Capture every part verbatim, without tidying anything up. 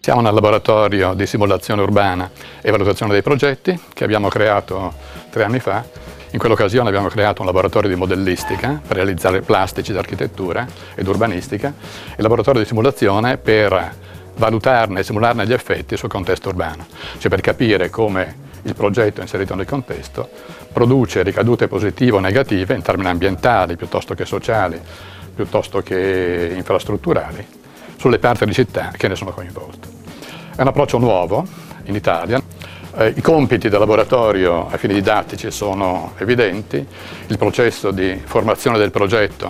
Siamo nel laboratorio di simulazione urbana e valutazione dei progetti che abbiamo creato tre anni fa. In quell'occasione abbiamo creato un laboratorio di modellistica per realizzare plastici d'architettura ed urbanistica e il laboratorio di simulazione per valutarne e simularne gli effetti sul contesto urbano, cioè per capire come il progetto inserito nel contesto produce ricadute positive o negative in termini ambientali piuttosto che sociali, piuttosto che infrastrutturali, sulle parti di città che ne sono coinvolte. È un approccio nuovo in Italia. Eh, I compiti del laboratorio a fini didattici sono evidenti. Il processo di formazione del progetto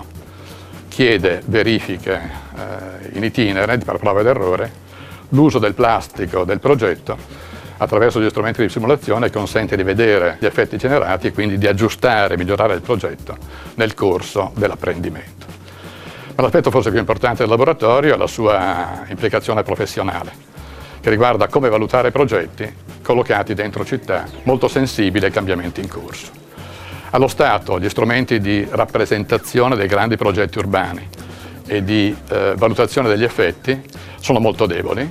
chiede verifiche eh, in itinere, per prova ed errore. L'uso del plastico del progetto attraverso gli strumenti di simulazione consente di vedere gli effetti generati e quindi di aggiustare e migliorare il progetto nel corso dell'apprendimento. Ma l'aspetto forse più importante del laboratorio è la sua implicazione professionale, che riguarda come valutare progetti collocati dentro città molto sensibili ai cambiamenti in corso. Allo stato gli strumenti di rappresentazione dei grandi progetti urbani e di eh, valutazione degli effetti sono molto deboli.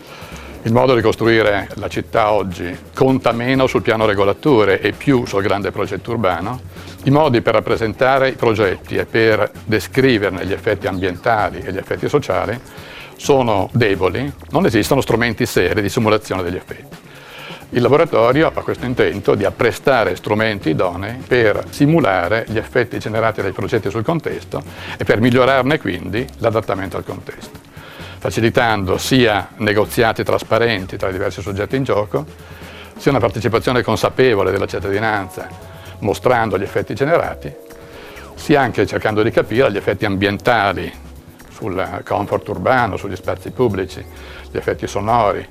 Il modo di costruire la città oggi conta meno sul piano regolatore e più sul grande progetto urbano. I modi per rappresentare i progetti e per descriverne gli effetti ambientali e gli effetti sociali sono deboli, non esistono strumenti seri di simulazione degli effetti. Il laboratorio ha questo intento di apprestare strumenti idonei per simulare gli effetti generati dai progetti sul contesto e per migliorarne quindi l'adattamento al contesto, facilitando sia negoziati trasparenti tra i diversi soggetti in gioco, sia una partecipazione consapevole della cittadinanza mostrando gli effetti generati, sia anche cercando di capire gli effetti ambientali sul comfort urbano, sugli spazi pubblici, gli effetti sonori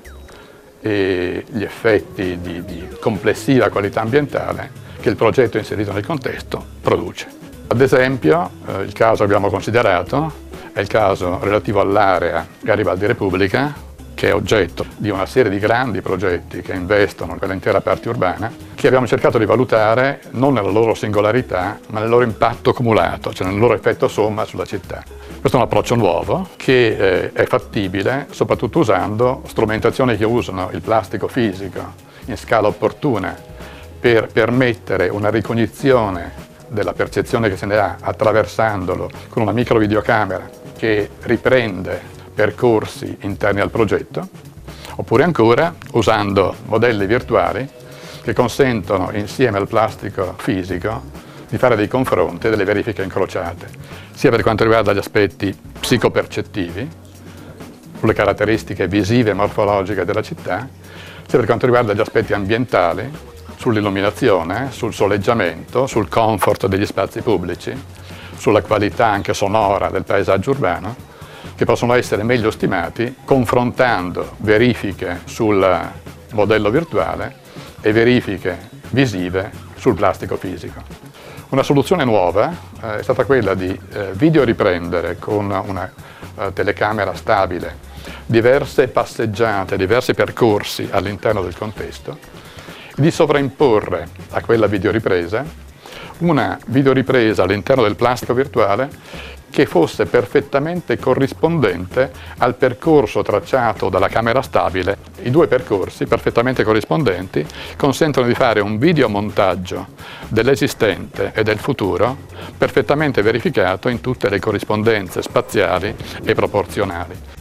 e gli effetti di, di complessiva qualità ambientale che il progetto inserito nel contesto produce. Ad esempio, eh, il caso che abbiamo considerato è il caso relativo all'area Garibaldi Repubblica, che è oggetto di una serie di grandi progetti che investono quell'intera parte urbana, che abbiamo cercato di valutare non nella loro singolarità, ma nel loro impatto cumulato, cioè nel loro effetto somma sulla città. Questo è un approccio nuovo che eh, è fattibile soprattutto usando strumentazioni che usano il plastico fisico in scala opportuna per permettere una ricognizione della percezione che se ne ha attraversandolo con una micro videocamera che riprende percorsi interni al progetto, oppure ancora usando modelli virtuali che consentono insieme al plastico fisico di fare dei confronti e delle verifiche incrociate, sia per quanto riguarda gli aspetti psicopercettivi, sulle caratteristiche visive e morfologiche della città, sia per quanto riguarda gli aspetti ambientali, sull'illuminazione, sul soleggiamento, sul comfort degli spazi pubblici, sulla qualità anche sonora del paesaggio urbano, che possono essere meglio stimati confrontando verifiche sul modello virtuale e verifiche visive sul plastico fisico. Una soluzione nuova eh, è stata quella di eh, videoriprendere con una uh, telecamera stabile diverse passeggiate, diversi percorsi all'interno del contesto, e di sovraimporre a quella videoripresa una videoripresa all'interno del plastico virtuale che fosse perfettamente corrispondente al percorso tracciato dalla camera stabile. I due percorsi, perfettamente corrispondenti, consentono di fare un videomontaggio dell'esistente e del futuro perfettamente verificato in tutte le corrispondenze spaziali e proporzionali.